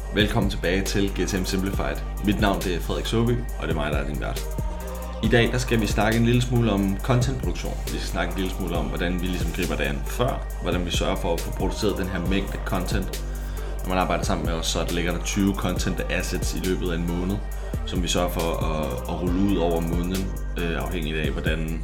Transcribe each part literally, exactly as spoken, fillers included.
Velkommen tilbage til G T M Simplified. Mit navn det er Frederik Søby, og det er mig, der er din vært. I dag der skal vi snakke en lille smule om contentproduktion. Vi skal snakke en lille smule om, hvordan vi ligesom griber det an før, hvordan vi sørger for at få produceret den her mængde content. Når man arbejder sammen med os, så ligger der tyve content assets i løbet af en måned, som vi sørger for at, at rulle ud over måneden, øh, afhængigt af hvordan,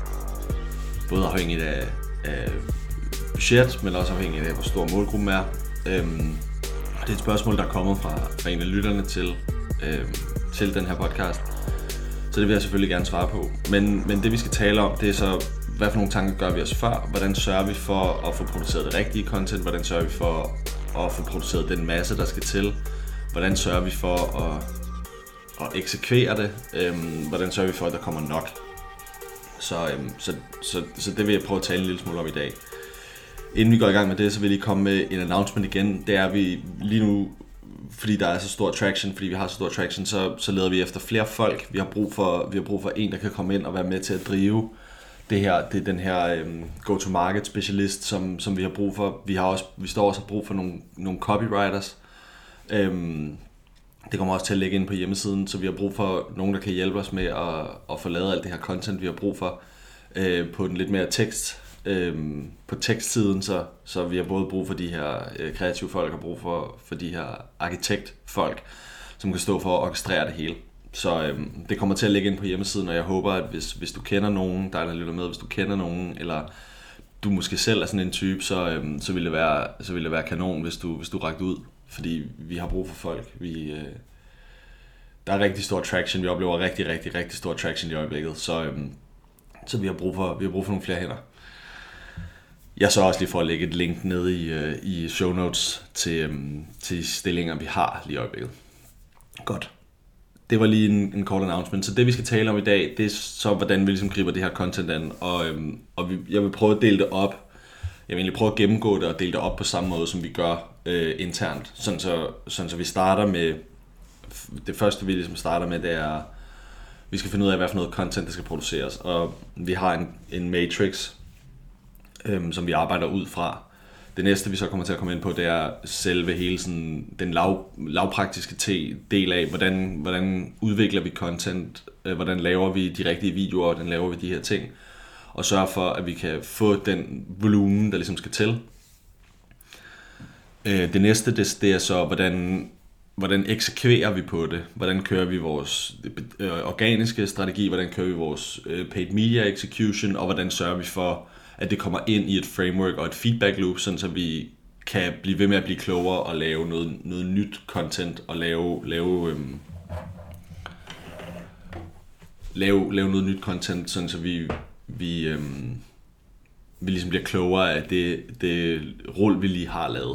både afhængigt af, af budget, men også afhængigt af hvor stor målgruppen er. Øhm, det er et spørgsmål, der er kommet fra, fra en af lytterne til, øhm, til den her podcast, så det vil jeg selvfølgelig gerne svare på. Men, men det vi skal tale om, det er så, hvad for nogle tanker gør vi os før, hvordan sørger vi for at få produceret det rigtige content, hvordan sørger vi for at få produceret den masse, der skal til, hvordan sørger vi for at, at eksekvere det, øhm, hvordan sørger vi for, at der kommer nok. Så, øhm, så, så, så det vil jeg prøve at tale en lille smule om i dag. Inden vi går i gang med det, så vil jeg lige komme med en announcement igen. Det er, at vi lige nu, fordi der er så stor traction, fordi vi har så stor traction, så, så leder vi efter flere folk. Vi har brug for, vi har brug for en, der kan komme ind og være med til at drive det her. Det er den her um, go-to-market specialist, som, som vi har brug for. Vi har også, vi står også brug for nogle, nogle copywriters. Um, det kommer også til at lægge ind på hjemmesiden, så vi har brug for nogen, der kan hjælpe os med at, at få lavet alt det her content, vi har brug for uh, på den lidt mere tekst. Øhm, på tekstsiden, så, så vi har både brug for de her øh, kreative folk og brug for, for de her arkitektfolk, som kan stå for at orkestrere det hele. Så øhm, det kommer til at ligge ind på hjemmesiden, og jeg håber, at hvis, hvis du kender nogen, der er der lytter med, hvis du kender nogen, eller du måske selv er sådan en type, så, øhm, så, vil det være, så vil det være kanon, hvis du, hvis du rakte ud, fordi vi har brug for folk. Vi, øh, der er rigtig stor traction, vi oplever rigtig, rigtig, rigtig stor traction i øjeblikket, så, øhm, så vi har brug for, vi har brug for nogle flere hænder. Jeg så også lige for at lægge et link nede i, uh, i show notes til, um, til stillinger, vi har lige i øjeblikket. Godt. Det var lige en, en kort announcement. Så det vi skal tale om i dag, det er så hvordan vi ligesom griber det her content an. Og, um, og vi, jeg vil prøve at dele det op. Jeg vil egentlig prøve at gennemgå det og dele det op på samme måde, som vi gør uh, internt. Sådan så, sådan så vi starter med, det første vi ligesom starter med, det er, vi skal finde ud af, hvad for noget content, der skal produceres. Og vi har en, en matrix, Øhm, som vi arbejder ud fra. Det næste vi så kommer til at komme ind på, det er selve hele sådan, den lav, lavpraktiske te, del af, hvordan, hvordan udvikler vi content, øh, hvordan laver vi de rigtige videoer, hvordan laver vi de her ting, og sørge for, at vi kan få den volumen, der ligesom skal til. Øh, det næste, det, det er så, hvordan, hvordan eksekverer vi på det, hvordan kører vi vores øh, organiske strategi, hvordan kører vi vores øh, paid media execution, og hvordan sørger vi for, at det kommer ind i et framework og et feedback loop, sådan så vi kan blive ved med at blive klogere og lave noget, noget nyt content og lave, lave, øhm, lave, lave noget nyt content, sådan så vi, vi, øhm, vi ligesom bliver klogere af det, det rull, vi lige har lavet.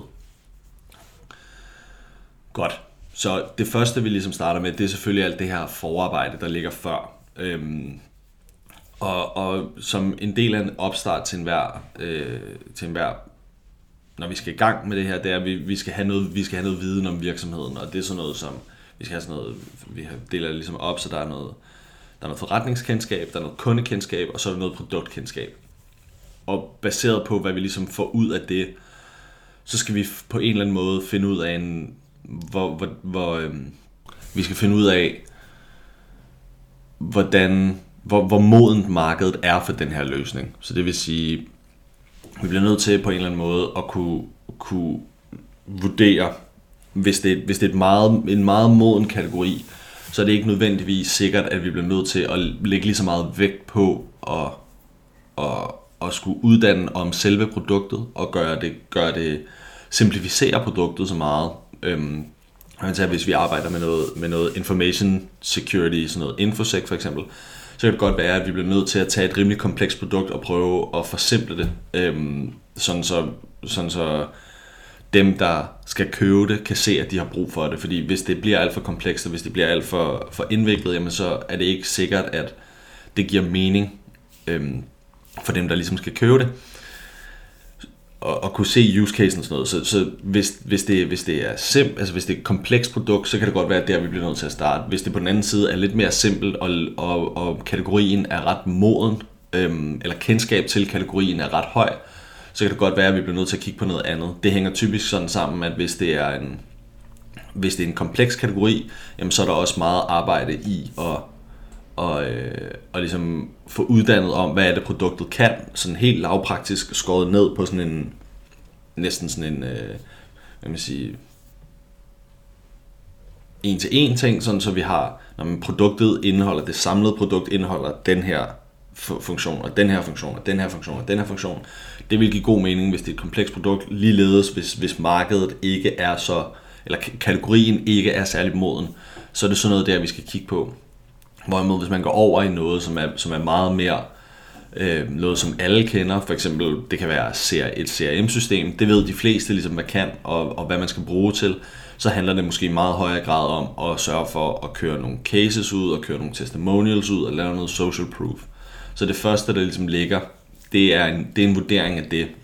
Godt. Så det første, vi ligesom starter med, det er selvfølgelig alt det her forarbejde, der ligger før. Øhm, Og, og som en del af en opstart til enhver, øh, til enhver, når vi skal i gang med det her, det er, at vi, vi, skal have noget, vi skal have noget viden om virksomheden, og det er sådan noget som, vi skal have sådan noget, vi deler det ligesom op, så der er noget, der er noget forretningskendskab, der er noget kundekendskab, og så er der noget produktkendskab. Og baseret på, hvad vi ligesom får ud af det, så skal vi på en eller anden måde finde ud af en, hvor, hvor, hvor øh, vi skal finde ud af, hvordan Hvor, hvor modent markedet er for den her løsning. Så det vil sige, vi bliver nødt til på en eller anden måde at kunne, kunne vurdere, hvis det, hvis det er et meget, en meget moden kategori, så er det ikke nødvendigvis sikkert, at vi bliver nødt til at lægge lige så meget vægt på at, at, at skulle uddanne om selve produktet og gøre det, gøre det simplificere produktet så meget. Øhm, hvis vi arbejder med noget, med noget information security, sådan noget infosec for eksempel, så kan det godt være, at vi bliver nødt til at tage et rimelig komplekst produkt og prøve at forsimple det, øhm, sådan, så, sådan så dem, der skal købe det, kan se, at de har brug for det. Fordi hvis det bliver alt for komplekst, og hvis det bliver alt for, for indviklet, jamen så er det ikke sikkert, at det giver mening øhm, for dem, der ligesom skal købe det. Og, og kunne se use casen og sådan noget. Så, så hvis, hvis, det, hvis det er simp, altså hvis det er et komplekst produkt, så kan det godt være, at der vi bliver nødt til at starte. Hvis det på den anden side er lidt mere simpelt, og, og, og kategorien er ret moden, øhm, eller kendskab til kategorien er ret høj, så kan det godt være, at vi bliver nødt til at kigge på noget andet. Det hænger typisk sådan sammen, at hvis det er en, Hvis det er en kompleks kategori, jamen, så er der også meget arbejde i at og, øh, og ligesom få uddannet om, hvad er det produktet kan, sådan helt lavpraktisk skåret ned på sådan en, næsten sådan en, øh, hvad man siger, en til en ting, sådan så vi har, når man produktet indeholder, det samlede produkt indeholder den her funktion, og den her funktion, og den her funktion, og den her funktion. Det vil give god mening, hvis det er et komplekst produkt, ligeledes hvis, hvis markedet ikke er så, eller kategorien ikke er særlig moden, så er det sådan noget der, vi skal kigge på. Hvorimod hvis man går over i noget, som er, som er meget mere øh, noget, som alle kender, for eksempel det kan være et C R M-system, det ved de fleste ligesom, hvad kan og, og hvad man skal bruge til, så handler det måske i meget højere grad om at sørge for at køre nogle cases ud, og køre nogle testimonials ud, og lave noget social proof. Så det første, der ligesom ligger, det er en, det er en vurdering af det.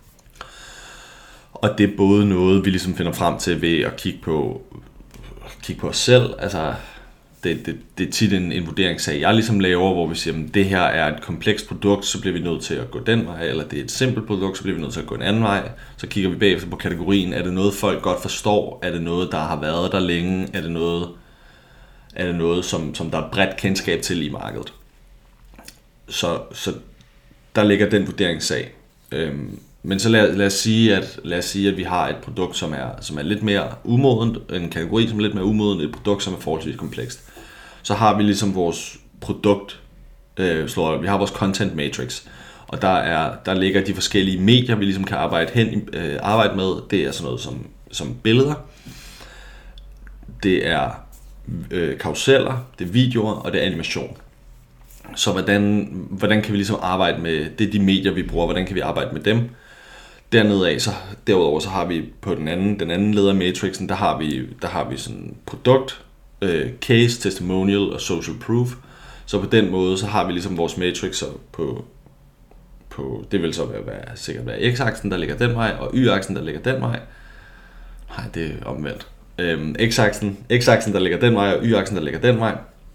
Og det er både noget, vi ligesom finder frem til ved at kigge på, kigge på os selv, altså Det, det, det er tit en, en vurderingssag, jeg ligesom laver, hvor vi siger, at det her er et komplekst produkt, så bliver vi nødt til at gå den vej, eller det er et simpelt produkt, så bliver vi nødt til at gå en anden vej. Så kigger vi bagefter på kategorien, er det noget, folk godt forstår? Er det noget, der har været der længe? Er det noget, er det noget som, som der er bredt kendskab til i markedet? Så, så der ligger den vurderingssag. Øhm, men så lad, lad, os sige, at, lad os sige, at vi har et produkt, som er, som er lidt mere umodent, en kategori, som er lidt mere umodent, et produkt, som er forholdsvis komplekst. Så har vi ligesom vores produkt, øh, slår, vi har vores content matrix, og der, er, der ligger de forskellige medier, vi ligesom kan arbejde, hen, øh, arbejde med. Det er sådan noget som, som billeder, det er øh, karuseller, det er videoer, og det er animation. Så hvordan, hvordan kan vi ligesom arbejde med, det er de medier, vi bruger, hvordan kan vi arbejde med dem? Dernede af, så derudover så har vi på den anden, den anden led af matrixen, der har vi, der har vi sådan produkt, øh, case, testimonial og social proof. Så på den måde, så har vi ligesom vores matrixer på, på det vil så være, være sikkert være x-aksen, der ligger den vej, og y-aksen, der ligger den vej. Nej, det er omvendt. Øhm, x-aksen, x-aksen, der ligger den vej, og y-aksen, der ligger den vej.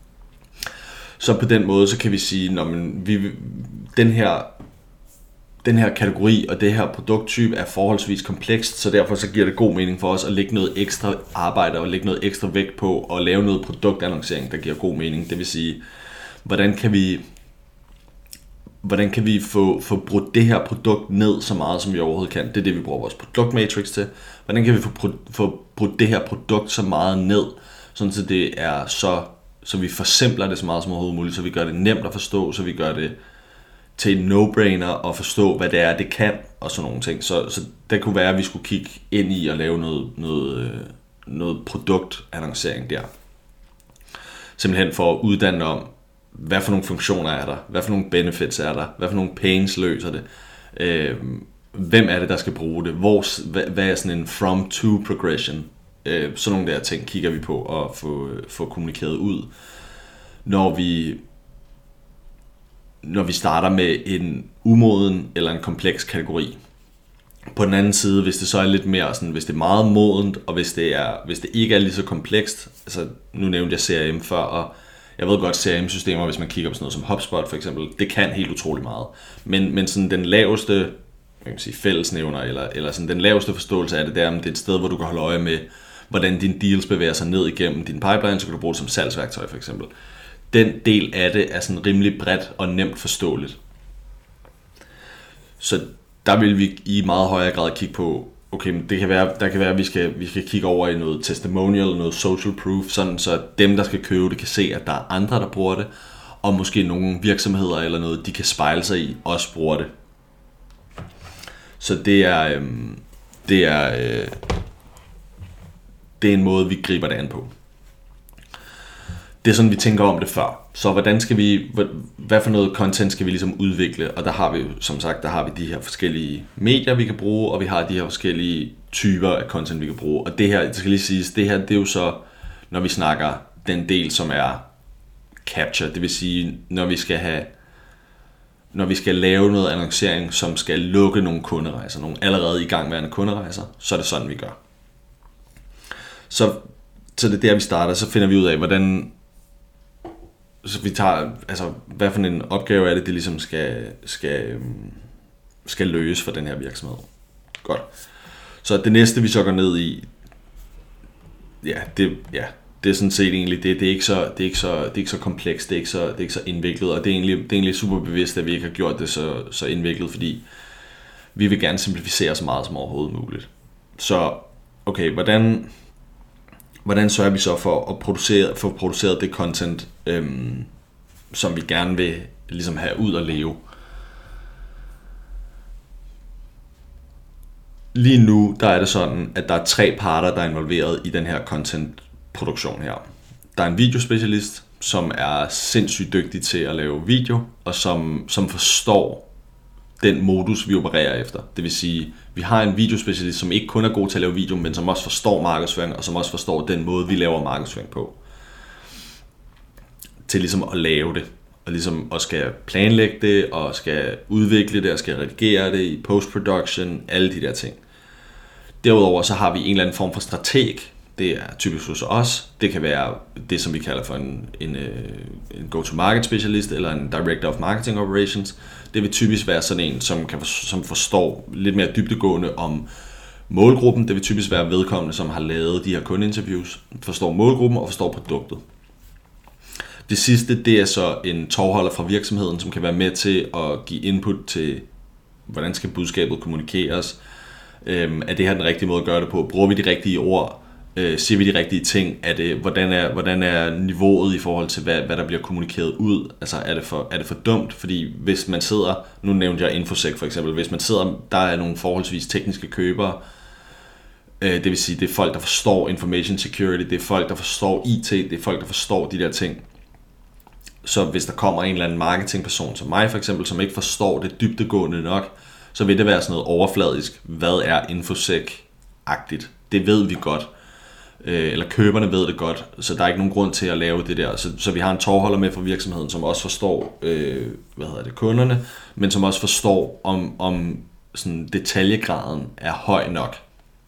Så på den måde, så kan vi sige, når man, vi, den her den her kategori og det her produkttype er forholdsvis komplekst, så derfor så giver det god mening for os at lægge noget ekstra arbejde og lægge noget ekstra vægt på og lave noget produktannoncering, der giver god mening. Det vil sige, hvordan kan vi hvordan kan vi få, få brudt det her produkt ned så meget, som vi overhovedet kan. Det er det, vi bruger vores produktmatrix til. Hvordan kan vi få, få brudt det her produkt så meget ned, sådan så det er så, så vi forsimpler det så meget som overhovedet muligt, så vi gør det nemt at forstå, så vi gør det til en no-brainer at forstå, hvad det er, det kan, og sådan nogle ting. Så, så det kunne være, at vi skulle kigge ind i og lave noget, noget, noget produktannoncering der. Simpelthen for at uddanne om, hvad for nogle funktioner er der, hvad for nogle benefits er der, hvad for nogle pains løser det, øh, hvem er det, der skal bruge det, hvor, hvad, hvad er sådan en from-to progression, øh, sådan nogle der ting kigger vi på at få, få kommunikeret ud, når vi når vi starter med en umoden eller en kompleks kategori. På den anden side, hvis det så er lidt mere sådan, hvis det er meget modent, og hvis det, er, hvis det ikke er lige så komplekst, altså nu nævnte jeg C R M før, og jeg ved godt, C R M-systemer, hvis man kigger på sådan noget som HubSpot for eksempel, det kan helt utrolig meget. Men, men sådan den laveste, jeg kan sige, fællesnævner, eller, eller sådan den laveste forståelse af det, der, det er et sted, hvor du kan holde øje med, hvordan dine deals bevæger sig ned igennem din pipeline, så kan du bruge det som salgsværktøj for eksempel. Den del af det er sådan rimelig bredt og nemt forståeligt. Så der vil vi i meget højere grad kigge på, okay, men det kan være, der kan være, at vi skal, vi skal kigge over i noget testimonial, noget social proof, sådan så dem, der skal købe det, kan se, at der er andre, der bruger det, og måske nogle virksomheder eller noget, de kan spejle sig i, også bruger det. Så det er, øhm, det er, øh, det er en måde, vi griber det an på. Det er sådan, vi tænker om det før. Så hvordan skal vi, hvad for noget content skal vi ligesom udvikle? Og der har vi, som sagt, der har vi de her forskellige medier, vi kan bruge, og vi har de her forskellige typer af content, vi kan bruge. Og det her, det skal lige siges, det her, det er jo så, når vi snakker den del, som er capture. Det vil sige, når vi skal have, når vi skal lave noget annoncering, som skal lukke nogle kunderejser, nogle allerede i gang med kunderejser, så er det sådan, vi gør. Så, så det er der, vi starter, så finder vi ud af, hvordan så vi tager, altså, hvad for en opgave er det, det ligesom skal, skal, skal løse for den her virksomhed. Godt. Så det næste, vi så går ned i, ja, det, ja, det er sådan set egentlig det. Det er ikke så, det er ikke så, det er ikke så komplekst, det er ikke så, det er ikke så indviklet, og det er egentlig, det er egentlig super bevidst, at vi ikke har gjort det så, så indviklet, fordi vi vil gerne simplificere så meget som overhovedet muligt. Så okay, hvordan, hvordan sørger vi så for at producere, for produceret det content, øhm, som vi gerne vil ligesom have ud og leve? Lige nu, der er det sådan, at der er tre parter, der er involveret i den her content-produktion her. Der er en videospecialist, som er sindssygt dygtig til at lave video, og som, som forstår den modus, vi opererer efter. Det vil sige, vi har en videospecialist, som ikke kun er god til at lave video, men som også forstår markedsføring, og som også forstår den måde, vi laver markedsføring på. Til ligesom at lave det, og ligesom og skal planlægge det, og skal udvikle det, og skal redigere det i post-production, alle de der ting. Derudover så har vi en eller anden form for strateg. Det er typisk hos os. Det kan være det, som vi kalder for en, en, en go-to-market specialist, eller en director of marketing operations. Det vil typisk være sådan en, som, kan, som forstår lidt mere dybdegående om målgruppen. Det vil typisk være vedkommende, som har lavet de her kundeinterviews, forstår målgruppen og forstår produktet. Det sidste, det er så en tovholder fra virksomheden, som kan være med til at give input til, hvordan skal budskabet kommunikeres. Øhm, er det her den rigtige måde at gøre det på? Bruger vi de rigtige ord? Øh, siger vi de rigtige ting? Er det, hvordan, er, hvordan er niveauet i forhold til, hvad, hvad der bliver kommunikeret ud? Altså, er det, for, er det for dumt? Fordi hvis man sidder, nu nævnte jeg Infosec for eksempel, hvis man sidder, der er nogle forholdsvis tekniske købere, øh, det vil sige, det er folk, der forstår information security, det er folk, der forstår I T, det er folk, der forstår de der ting. Så hvis der kommer en eller anden marketingperson som mig for eksempel, som ikke forstår det dybdegående nok, så vil det være sådan noget overfladisk. Hvad er Infosec-agtigt? Det ved vi godt. Eller køberne ved det godt, så der er ikke nogen grund til at lave det der. Så, så vi har en tovholder med fra virksomheden, som også forstår øh, hvad hedder det, kunderne, men som også forstår, om, om sådan detaljegraden er høj nok.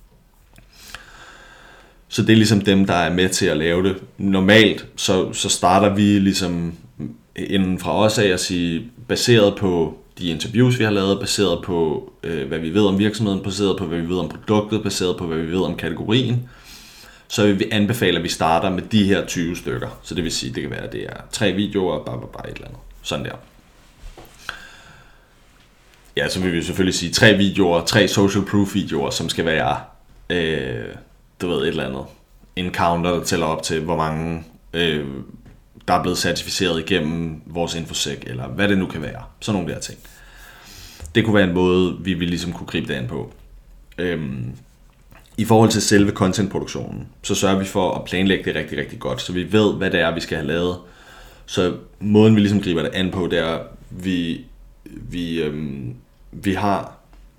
Så det er ligesom dem, der er med til at lave det. Normalt så, så starter vi ligesom inden fra os af at sige, baseret på de interviews, vi har lavet, baseret på, øh, hvad vi ved om virksomheden, baseret på, hvad vi ved om produktet, baseret på, hvad vi ved om kategorien, så vil vi anbefale, at vi starter med de her tyve stykker. Så det vil sige, det kan være, at det er tre videoer, bare, bare, bare et eller andet. Sådan der. Ja, så vil vi selvfølgelig sige tre videoer, tre social proof videoer, som skal være, øh, du ved, et eller andet. En counter, der tæller op til, hvor mange øh, der er blevet certificeret igennem vores Infosec, eller hvad det nu kan være. Sådan nogle der ting. Det kunne være en måde, vi ville ligesom kunne gribe det an på. Øhm, I forhold til selve contentproduktionen, så sørger vi for at planlægge det rigtig, rigtig godt, så vi ved, hvad det er, vi skal have lavet. Så måden, vi ligesom griber det an på, det er, vi, vi, øhm, vi har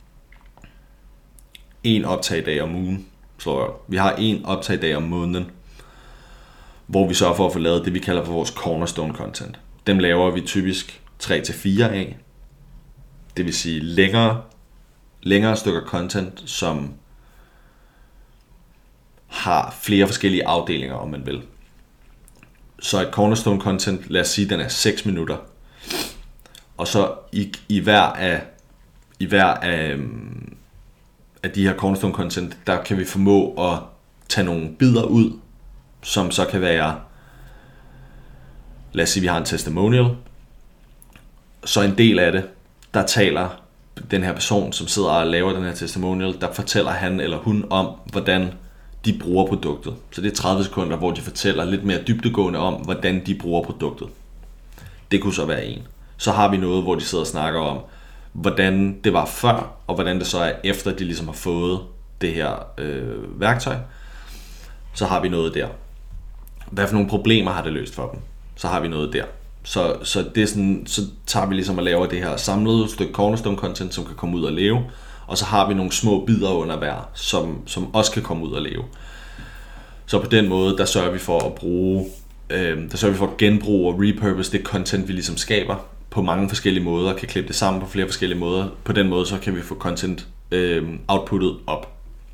en optagdag om ugen. Så vi har en optagdag om måneden, hvor vi sørger for at få lavet det, vi kalder for vores cornerstone content. Dem laver vi typisk tre til fire af. Det vil sige længere, længere stykker content, som har flere forskellige afdelinger, om man vil. Så et cornerstone content, lad os sige, den er seks minutter. Og så i, i hver af, i hver af, af de her cornerstone content, der kan vi formå at tage nogle bidder ud, som så kan være, lad os sige, vi har en testimonial, så en del af det, der taler den her person, som sidder og laver den her testimonial, der fortæller han eller hun om, hvordan de bruger produktet. Så det er tredive sekunder, hvor de fortæller lidt mere dybdegående om, hvordan de bruger produktet. Det kunne så være en. Så har vi noget, hvor de sidder og snakker om, hvordan det var før, og hvordan det så er efter, de ligesom har fået det her øh, værktøj. Så har vi noget der. Hvad for nogle problemer har det løst for dem? Så har vi noget der. Så, så, det er sådan, så tager vi ligesom og laver det her samlede stykke cornerstone content, som kan komme ud og leve. Og så har vi nogle små bidder under hver, som, som også kan komme ud og leve. Så på den måde, der sørger vi for at bruge, øh, der sørger vi for at genbruge og repurpose det content, vi ligesom skaber på mange forskellige måder, kan klippe det sammen på flere forskellige måder. På den måde, så kan vi få content øh, outputtet op.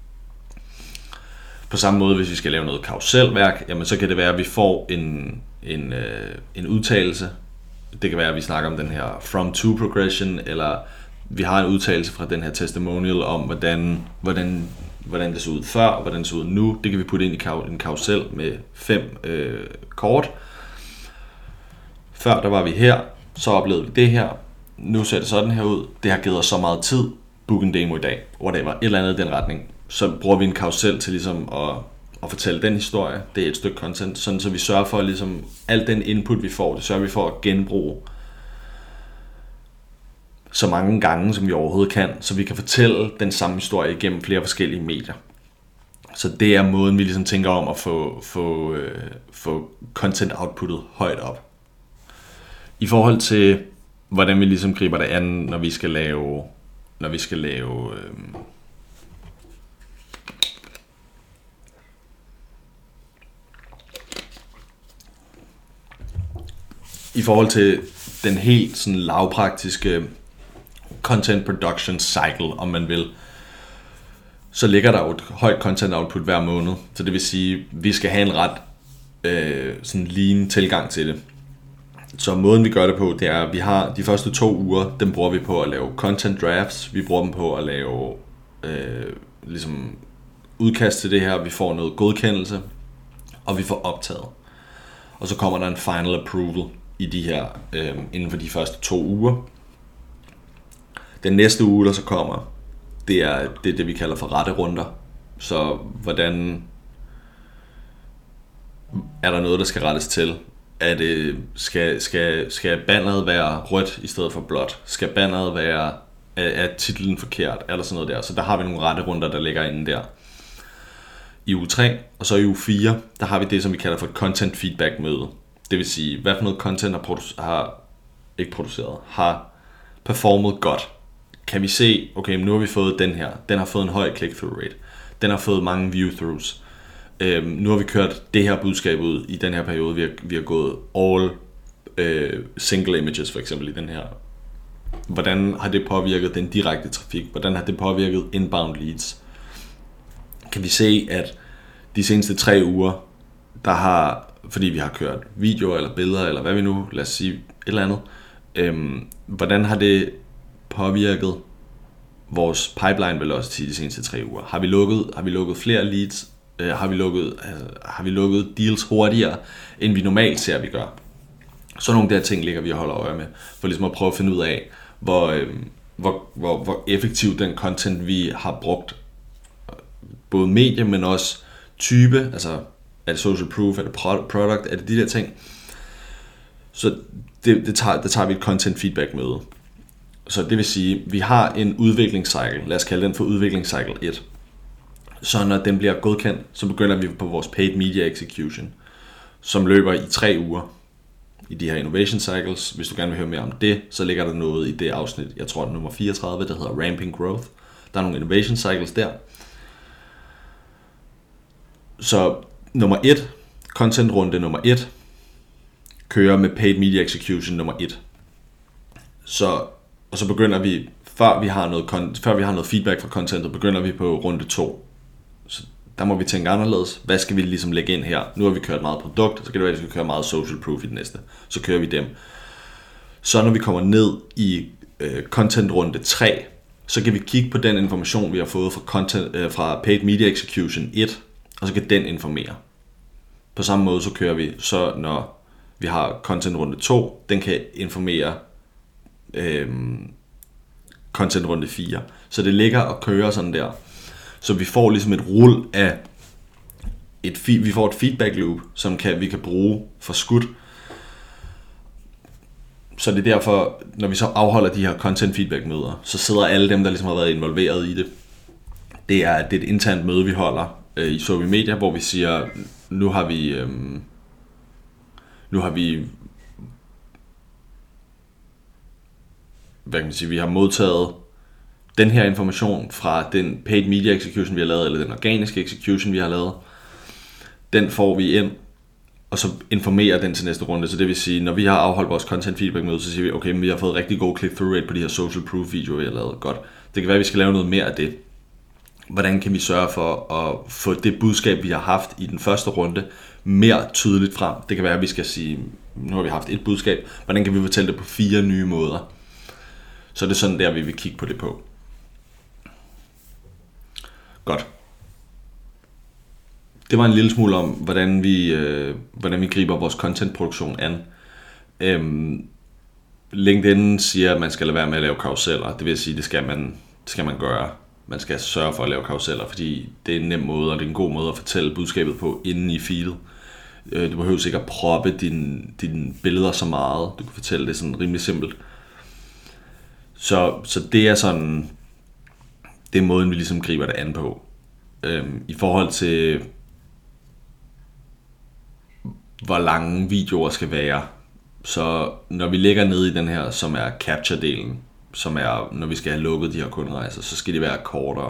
På samme måde, hvis vi skal lave noget karuselværk, jamen så kan det være, at vi får en, en, øh, en udtalelse. Det kan være, at vi snakker om den her from to progression, eller vi har en udtalelse fra den her testimonial om, hvordan, hvordan hvordan det så ud før, og hvordan det så ud nu. Det kan vi putte ind i en karusel med fem øh, kort. Før der var vi her, så oplevede vi det her. Nu ser det sådan her ud. Det har givet os så meget tid. Book en demo i dag. Whatever. Et eller andet i den retning. Så bruger vi en karusel til ligesom at, at fortælle den historie. Det er et stykke content. Sådan så vi sørger for ligesom al den input vi får, det sørger vi for at genbruge så mange gange som vi overhovedet kan, så vi kan fortælle den samme historie igennem flere forskellige medier. Så det er måden vi ligesom tænker om at få, få, øh, få content outputtet højt op. I forhold til hvordan vi ligesom griber det an, når vi skal lave når vi skal lave øh, i forhold til den helt sådan lavpraktiske content production cycle, om man vil, så ligger der jo et højt content output hver måned. Så det vil sige, at vi skal have en ret øh, sådan lean tilgang til det. Så måden vi gør det på, det er, at vi har de første to uger, dem bruger vi på at lave content drafts. Vi bruger dem på at lave øh, ligesom udkast til det her. Vi får noget godkendelse, og vi får optaget. Og så kommer der en final approval i de her øh, inden for de første to uger. Den næste uge, der så kommer, det er det, er det vi kalder for retterunder. Så hvordan er der noget, der skal rettes til? Er det, skal, skal, skal banneret være rødt i stedet for blåt? Skal banneret være, er, er titlen forkert? Eller sådan noget der. Så der har vi nogle retterunder, der ligger inde der. I uge tre, og så i uge fire, der har vi det, som vi kalder for et content feedback møde. Det vil sige, hvad for noget content har, produ- har ikke produceret, har performet godt. Kan vi se, okay, nu har vi fået den her, den har fået en høj click-through rate, den har fået mange view-throughs, øhm, nu har vi kørt det her budskab ud i den her periode, vi har, vi har gået all øh, single images for eksempel i den her. Hvordan har det påvirket den direkte trafik? Hvordan har det påvirket inbound leads? Kan vi se, at de seneste tre uger, der har, fordi vi har kørt videoer eller billeder, eller hvad vi nu, lad os sige et eller andet, øhm, hvordan har det påvirket vores pipeline velocity de seneste tre uger? Har vi lukket, har vi lukket flere leads? Øh, har vi lukket, altså, har vi lukket deals hurtigere, end vi normalt ser, vi gør? Så nogle der ting ligger vi og holder øje med, for ligesom at prøve at finde ud af, hvor, øh, hvor, hvor, hvor effektiv den content, vi har brugt, både medie, men også type, altså er det social proof, er det product, er det de der ting. Så det, det, tager, det tager vi et content feedback møde. Så det vil sige, vi har en udviklingscycle, lad os kalde den for udviklingscycle et. Så når den bliver godkendt, så begynder vi på vores paid media execution, som løber i tre uger i de her innovation cycles. Hvis du gerne vil høre mere om det, så ligger der noget i det afsnit, jeg tror det er nummer fireogtredive, der hedder Ramping Growth. Der er nogle innovation cycles der. Så nummer et, content runde nummer et, kører med paid media execution nummer et. Så, og så begynder vi, før vi har noget, før vi har noget feedback fra contentet, begynder vi på runde to. Så der må vi tænke anderledes. Hvad skal vi ligesom lægge ind her? Nu har vi kørt meget produkt, så kan det være, at vi skal køre meget social proof i det næste. Så kører vi dem. Så når vi kommer ned i øh, content runde tre, så kan vi kigge på den information, vi har fået fra, content, øh, fra paid media execution et, og så kan den informere. På samme måde så kører vi, så når vi har content runde to, den kan informere øh, content runde fire. Så det ligger og kører sådan der. Så vi får ligesom et rul af et, vi får et feedback loop, som kan, vi kan bruge for skudt. Så det er derfor, når vi så afholder de her content feedback møder, så sidder alle dem, der ligesom har været involveret i det. Det er, det er et internt møde, vi holder øh, i Sobi Media, hvor vi siger, nu har vi, øh, nu har vi, hvad kan man sige, vi har modtaget den her information fra den paid media execution, vi har lavet, eller den organiske execution, vi har lavet. Den får vi ind, og så informerer den til næste runde. Så det vil sige, når vi har afholdt vores content feedback møde, så siger vi, okay, men vi har fået rigtig god click-through rate på de her social proof videoer, vi har lavet. Godt. Det kan være, at vi skal lave noget mere af det. Hvordan kan vi sørge for at få det budskab, vi har haft i den første runde, mere tydeligt frem? Det kan være, at vi skal sige, nu har vi haft et budskab, hvordan kan vi fortælle det på fire nye måder? Så det er sådan der, vi vil kigge på det på. Godt. det var en lille smule om, hvordan vi, øh, hvordan vi griber vores contentproduktion an. Øhm, LinkedIn siger, at man skal lade være med at lave karuseller. Det vil sige, det skal man, det skal man gøre. Man skal sørge for at lave karuseller, fordi det er en nem måde, og det er en god måde at fortælle budskabet på inden i feedet. Øh, du behøver ikke at proppe dine, dine billeder så meget. Du kan fortælle det sådan rimelig simpelt. Så, så det er sådan, det er måden, vi ligesom griber det an på. Øhm, I forhold til, hvor lange videoer skal være, så når vi ligger nede i den her, som er capture-delen, som er, når vi skal have lukket de her kunderejser, så skal de være kortere.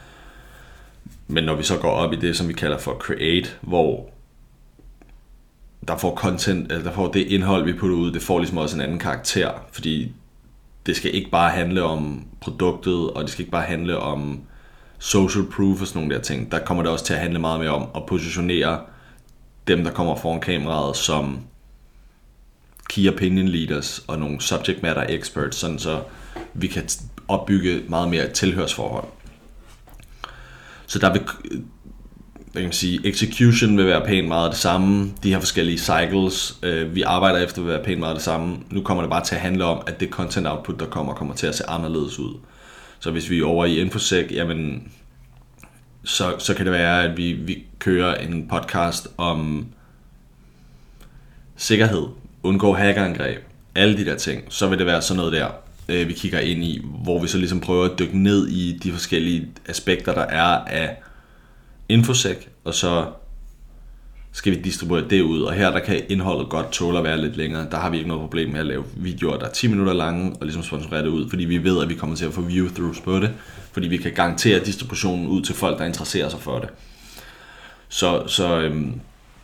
Men når vi så går op i det, som vi kalder for create, hvor der får content, eller der får det indhold, vi putter ud, det får ligesom også en anden karakter, fordi det skal ikke bare handle om produktet, og det skal ikke bare handle om social proof og sådan nogle der ting. Der kommer det også til at handle meget mere om at positionere dem, der kommer foran kameraet, som key opinion leaders og nogle subject matter experts, sådan så vi kan opbygge meget mere et tilhørsforhold. Så der vil, hvad kan man sige, execution vil være pænt meget det samme. De her forskellige cycles, øh, vi arbejder efter, vil være pænt meget det samme. Nu kommer det bare til at handle om, at det content output, der kommer, kommer til at se anderledes ud. Så hvis vi er over i InfoSec, jamen, så, så kan det være, at vi, vi kører en podcast om sikkerhed, undgå hackerangreb, alle de der ting. Så vil det være sådan noget der, øh, vi kigger ind i, hvor vi så ligesom prøver at dykke ned i de forskellige aspekter, der er af InfoSec, og så skal vi distribuere det ud, og her der kan indholdet godt tåle at være lidt længere. Der har vi ikke noget problem med at lave videoer, der er ti minutter lange, og ligesom sponsorere det ud, fordi vi ved, at vi kommer til at få view-throughs på det, fordi vi kan garantere distributionen ud til folk, der interesserer sig for det. Så, så, øhm,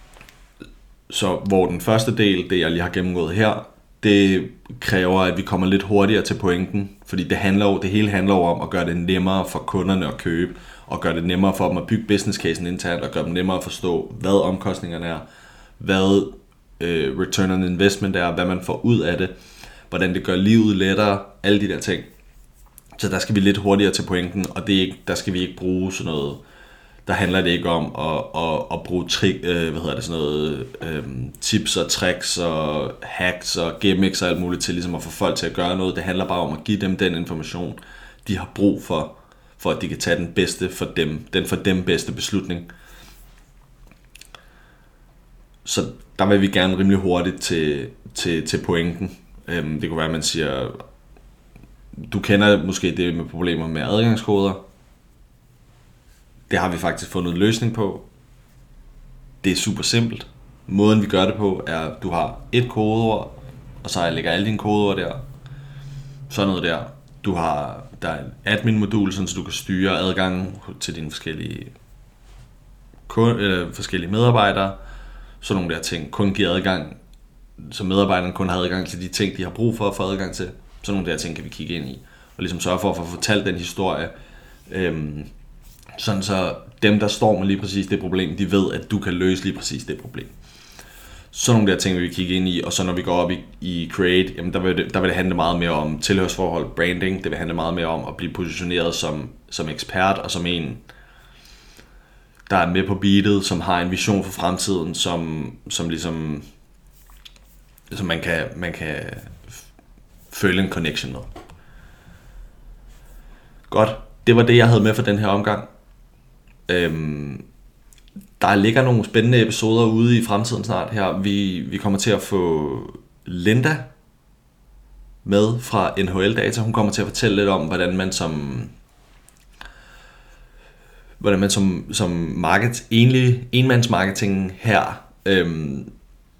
så hvor den første del, det jeg lige har gennemgået her, det kræver, at vi kommer lidt hurtigere til pointen, fordi det, handler jo, det hele handler jo om at gøre det nemmere for kunderne at købe, og gøre det nemmere for dem at bygge business casen internt, og gøre dem nemmere at forstå, hvad omkostningerne er, hvad øh, return on investment er, hvad man får ud af det, hvordan det gør livet lettere, alle de der ting. Så der skal vi lidt hurtigere til pointen, og det er ikke, der skal vi ikke bruge sådan noget, der handler det ikke om at, at, at bruge trick, øh, hvad hedder det, sådan noget, øh, tips og tricks og hacks og gimmicks og alt muligt til ligesom at få folk til at gøre noget. Det handler bare om at give dem den information, de har brug for, for at de kan tage den bedste for dem, den for dem bedste beslutning. Så der vil vi gerne rimelig hurtigt til, til, til pointen. Øhm, det kunne være, at man siger, du kender måske det med problemer med adgangskoder. Det har vi faktisk fundet en løsning på. Det er super simpelt. Måden vi gør det på er, at du har et kodeord, og så lægger alle dine kodeord der. Sådan noget der. Du har, der er en admin-modul, så du kan styre adgangen til dine forskellige, øh, forskellige medarbejdere. Sådan nogle der ting. Kun giver adgang, så medarbejderne kun har adgang til de ting, de har brug for at få adgang til. Sådan nogle der ting kan vi kigge ind i. Og ligesom sørge for at få fortalt den historie. Øhm, sådan så dem, der står med lige præcis det problem, de ved, at du kan løse lige præcis det problem. Sådan nogle der ting vil vi kigge ind i, og så når vi går op i, i Create, jamen der, vil det, der vil det handle meget mere om tilhørsforhold, branding. Det vil handle meget mere om at blive positioneret som, som ekspert, og som en, der er med på beatet, som har en vision for fremtiden, som, som ligesom som man kan, man kan føle en connection med. Godt, det var det, jeg havde med for den her omgang. Øhm, Der ligger nogle spændende episoder ude i fremtiden snart her. Vi, vi kommer til at få Linda med fra N H L Data. Hun kommer til at fortælle lidt om, hvordan man som hvordan man som, som market, egentlig enmandsmarketing her øhm,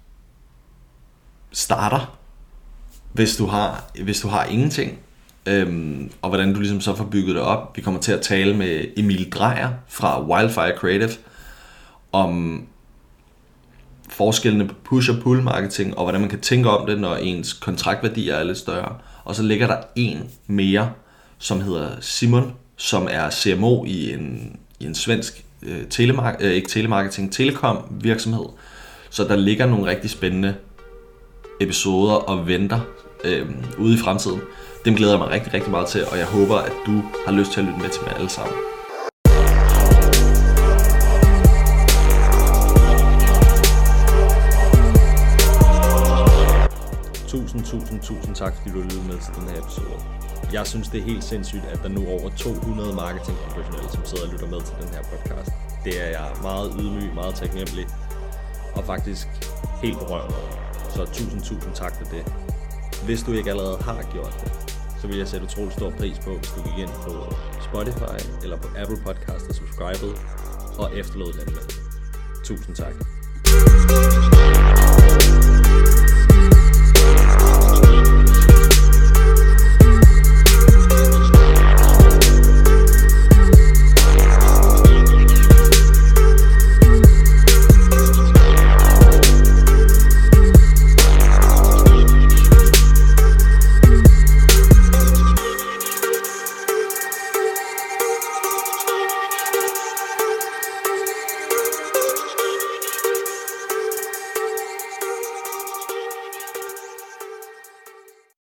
starter, hvis du har, hvis du har ingenting. Øhm, og hvordan du ligesom så får bygget det op. Vi kommer til at tale med Emil Dreyer fra Wildfire Creative om forskellene på push- og pull-marketing, og hvordan man kan tænke om det, når ens kontraktværdier er lidt større. Og så ligger der en mere, som hedder Simon, som er C M O i en, i en svensk øh, telemark- øh, ikke telemarketing, telekom virksomhed. Så der ligger nogle rigtig spændende episoder og venter øh, ude i fremtiden. Dem glæder jeg mig rigtig, rigtig meget til, og jeg håber, at du har lyst til at lytte med til dem alle sammen. tusind, tusind, tusind tak, fordi du lyttede med til den her episode. Jeg synes, det er helt sindssygt, at der nu er over to hundrede marketingprofessionelle, som sidder og lytter med til den her podcast. Det er jeg meget ydmyg, meget taknemmelig og faktisk helt berørt over. Så tusind, tusind tak for det. Hvis du ikke allerede har gjort det, så vil jeg sætte utrolig stor pris på, hvis du gik ind på Spotify eller på Apple Podcast og subscribede og efterlod den med. Tusind tak.